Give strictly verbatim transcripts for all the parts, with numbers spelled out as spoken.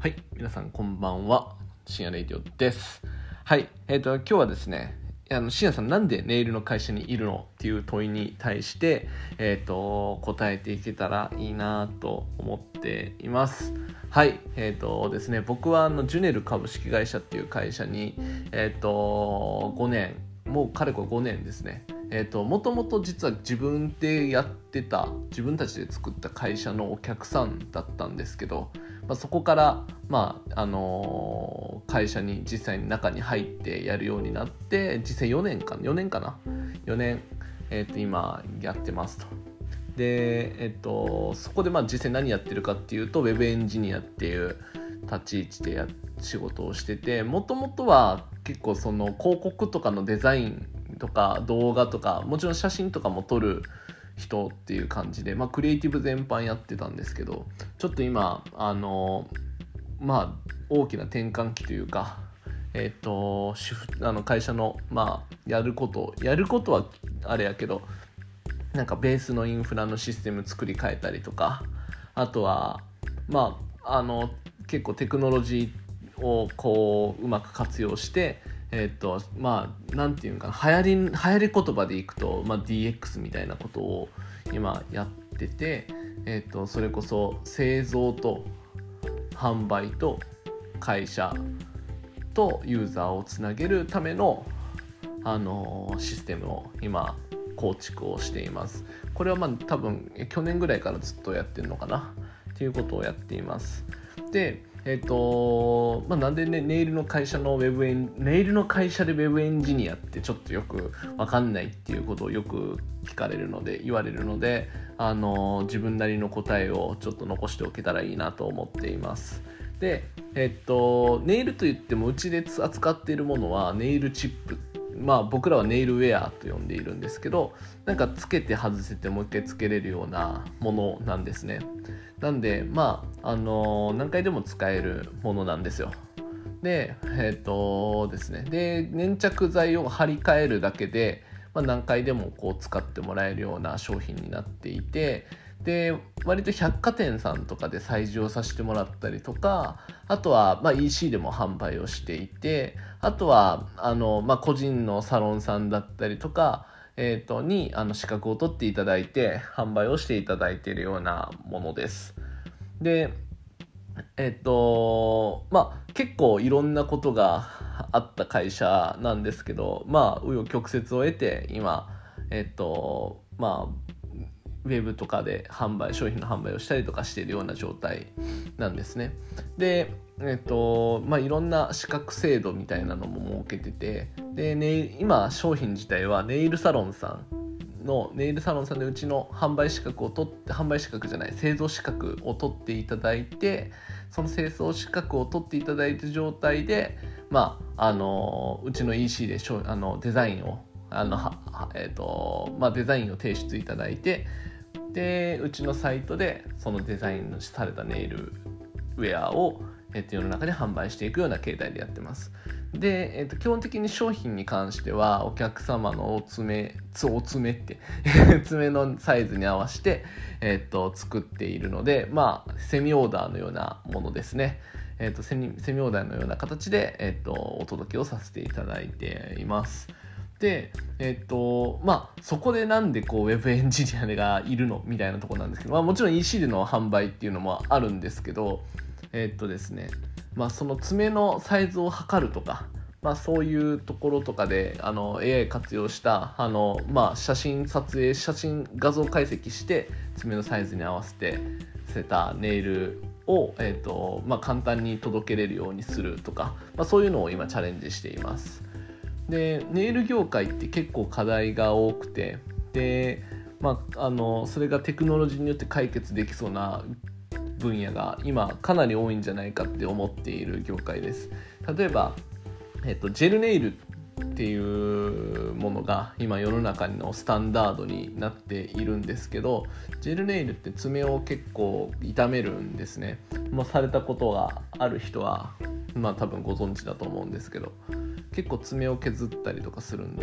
はい、皆さんこんばんは。深夜レイディオです。はい、えっ、ー、と今日はですね、あの深夜さんなんでネイルの会社にいるのっていう問いに対して、えっ、ー、と答えていけたらいいなと思っています。はい、えっ、ー、とですね、僕はあのジュネル株式会社っていう会社にえっ、とごねん、もうかれこれごねんですね。えーと、もともと実は自分でやってた自分たちで作った会社のお客さんだったんですけど、まあ、そこから、まああのー、会社に実際に中に入ってやるようになって実際よねんかよねんかなよねん、えーと、今やってますと。で、えーと、そこでまあ実際何やってるかっていうとウェブエンジニアっていう立ち位置でや仕事をしてて、もともとは結構その広告とかのデザインとか動画とかもちろん写真とかも撮る人っていう感じで、まあ、クリエイティブ全般やってたんですけど、ちょっと今あのまあ大きな転換期というか、えっとシフあの会社のまあやることやることはあれやけど、なんかベースのインフラのシステム作り変えたりとか、あとはまああの結構テクノロジーをこううまく活用してえっとまあなんていうかな、流行り流行り言葉でいくと、まあ、ディーエックス みたいなことを今やってて、えっとそれこそ製造と販売と会社とユーザーをつなげるためのあのシステムを今構築をしています。これはまあ多分去年ぐらいからずっとやってるのかなっていうことをやっています。でえっとまあ、なんでねネイルの会社のウェブエンネイルの会社でウェブエンジニアってちょっとよく分かんないっていうことをよく聞かれるので言われるので、あの自分なりの答えをちょっと残しておけたらいいなと思っています。でえっとネイルといってもうちで扱っているものはネイルチップ、まあ僕らはネイルウェアと呼んでいるんですけど、なんかつけて外せてもう一回つけれるようなものなんですね。なんでまああの何回でも使えるものなんですよ。でえっとですねで粘着剤を貼り替えるだけで、まあ、何回でもこう使ってもらえるような商品になっていて、で割と百貨店さんとかで催事をさせてもらったりとか、あとはまあ イーシー でも販売をしていて、あとはあの、まあ、個人のサロンさんだったりとか、えー、とにあの資格を取っていただいて販売をしていただいているようなものです。でえっとまあ結構いろんなことがあった会社なんですけど、まあ紆余曲折を得て今えっとまあウェブとかで販売商品の販売をしたりとかしているような状態なんですね。でえっとまあいろんな資格制度みたいなのも設けてて、で、ね、今商品自体はネイルサロンさんのネイルサロンさんでうちの販売資格を取って販売資格じゃない製造資格を取っていただいて、その製造資格を取っていただいた状態で、まああのうちの イーシー でしょあのデザインをあのは、えーとまあ、デザインを提出いただいて、でうちのサイトでそのデザインされたネイルウェアを、えー、と世の中で販売していくような形態でやってます。で、えー、と基本的に商品に関してはお客様のお詰めつお詰めって爪のサイズに合わせて、えー、と作っているので、まあセミオーダーのようなものですね。えー、とセミセミオーダーのような形で、えー、とお届けをさせていただいています。でえっとまあそこでなんでこうウェブエンジニアがいるのみたいなところなんですけど、まあ、もちろん イーシー での販売っていうのもあるんですけど、えっとですねまあその爪のサイズを測るとか、まあ、そういうところとかであの エーアイ 活用したあの、まあ、写真撮影写真画像解析して爪のサイズに合わせてせたネイルを、えっとまあ、簡単に届けれるようにするとか、まあ、そういうのを今チャレンジしています。でネイル業界って結構課題が多くて、で、まあ、あのそれがテクノロジーによって解決できそうな分野が今かなり多いんじゃないかって思っている業界です。例えば、えっと、ジェルネイルっていうものが今世の中のスタンダードになっているんですけど、ジェルネイルって爪を結構傷めるんですね。まあ、されたことがある人はまあ多分ご存知だと思うんですけど、結構爪を削ったりとかするんで、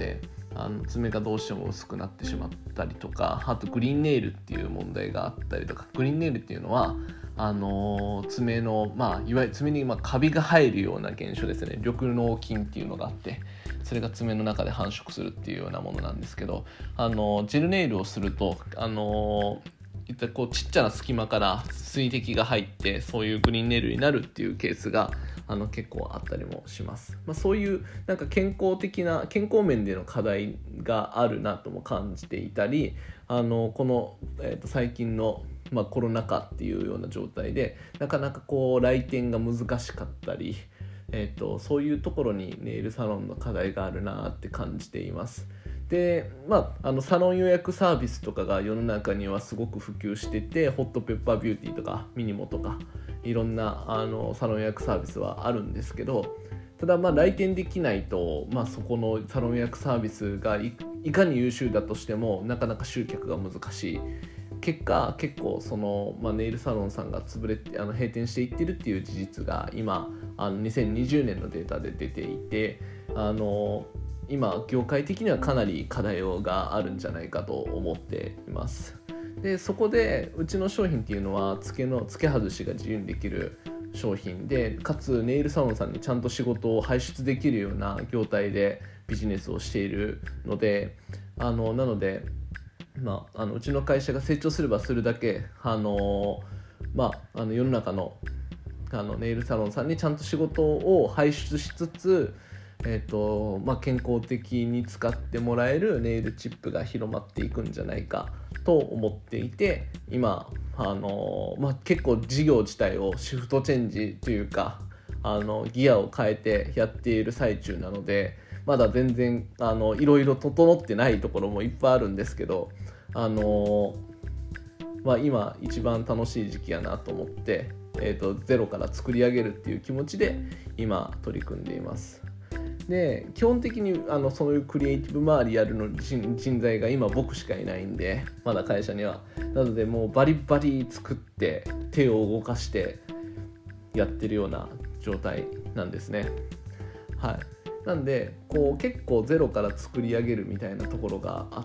あの爪がどうしても薄くなってしまったりとか、あとグリーンネイルっていう問題があったりとか。グリーンネイルっていうのはあの爪の、まあ、いわゆる爪にまあカビが生えるような現象ですね。緑膿菌っていうのがあって、それが爪の中で繁殖するっていうようなものなんですけど、あのジェルネイルをするとあのいったこうちっちゃな隙間から水滴が入って、そういうグリーンネイルになるっていうケースがあの結構あったりもします。まあ、そういうなんか健康的な健康面での課題があるなとも感じていたり、あのこの、えー、と最近の、まあ、コロナ禍っていうような状態でなかなかこう来店が難しかったり、えー、とそういうところにネイルサロンの課題があるなって感じています。で、まあ、あのサロン予約サービスとかが世の中にはすごく普及してて、ホットペッパービューティーとかミニモとかいろんなあのサロン予約サービスはあるんですけど、ただまあ来店できないと、まあ、そこのサロン予約サービスが い, いかに優秀だとしてもなかなか集客が難しい結果、結構その、まあ、ネイルサロンさんが潰れてあの閉店していってるっていう事実が今あのにせんにじゅうねんのデータで出ていて、あの今業界的にはかなり課題があるんじゃないかと思っています。でそこでうちの商品っていうのは付けの付け外しが自由にできる商品で、かつネイルサロンさんにちゃんと仕事を輩出できるような業態でビジネスをしているので、あのなので、まあ、あのうちの会社が成長すればするだけあの、まあ、あの世の中のあのネイルサロンさんにちゃんと仕事を輩出しつつ、えーとまあ、健康的に使ってもらえるネイルチップが広まっていくんじゃないかと思っていて、今あの、まあ、結構事業自体をシフトチェンジというかあのギアを変えてやっている最中なので、まだ全然あのいろいろ整ってないところもいっぱいあるんですけど、あの、まあ、今一番楽しい時期やなと思って、えーと、ゼロから作り上げるっていう気持ちで今取り組んでいます。で基本的にあのそういうクリエイティブ周りやるの 人, 人材が今僕しかいないんで、まだ会社には。なのでもうバリバリ作って手を動かしてやってるような状態なんですね。はい。なんでこう結構ゼロから作り上げるみたいなところがあって、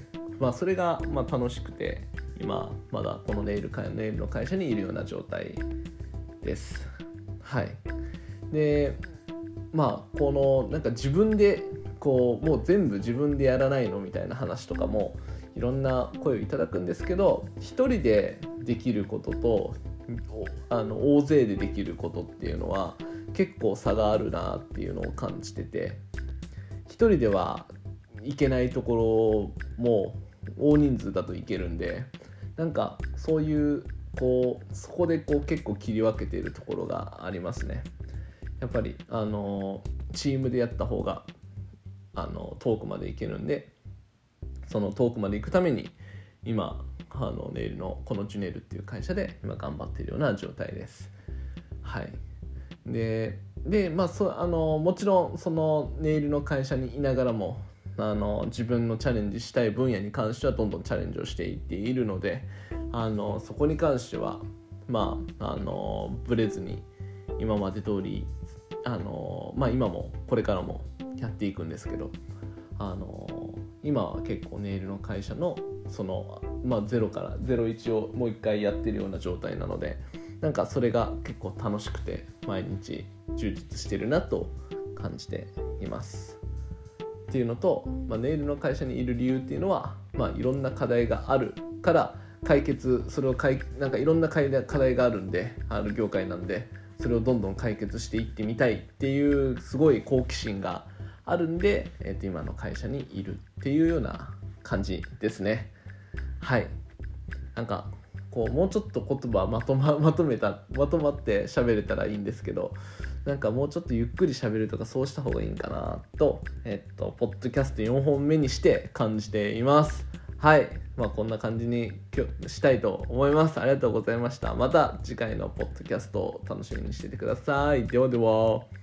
まあ、それがまあ楽しくて今まだこのネイル会ネイルの会社にいるような状態です。はい。でまあこのなんか自分でこうもう全部自分でやらないのみたいな話とかもいろんな声をいただくんですけど、一人でできることとあの大勢でできることっていうのは結構差があるなっていうのを感じてて、一人ではいけないところも大人数だといけるんで、なんかそういうこうそこでこう結構切り分けているところがありますね。やっぱりあのチームでやった方があの遠くまで行けるんで、その遠くまで行くために今あのネイルのこのジュネイルっていう会社で今頑張っているような状態です。はい。ででまあそあのもちろんそのネイルの会社にいながらもあの自分のチャレンジしたい分野に関してはどんどんチャレンジをしていっているので、あのそこに関してはまああのブレずに今まで通りあのまあ今もこれからもやっていくんですけど、あの今は結構ネイルの会社のそのまあゼロからゼロイチをもう一回やってるような状態なので、なんかそれが結構楽しくて毎日充実してるなと感じていますっていうのと、まあ、ネイルの会社にいる理由っていうのは、まあ、いろんな課題があるから解決それを解なんかいろんな課題があるんで、ある業界なんでそれをどんどん解決していってみたいっていうすごい好奇心があるんで、えー、と今の会社にいるっていうような感じですね。はい。なんかこうもうちょっと言葉まとま、まとめたまとまって喋れたらいいんですけど、なんかもうちょっとゆっくり喋るとかそうした方がいいんかなと、えっとポッドキャストよんほんめにして感じています。はい、まあこんな感じに今日したいと思います。ありがとうございました。また次回のポッドキャストを楽しみにしててください。ではでは。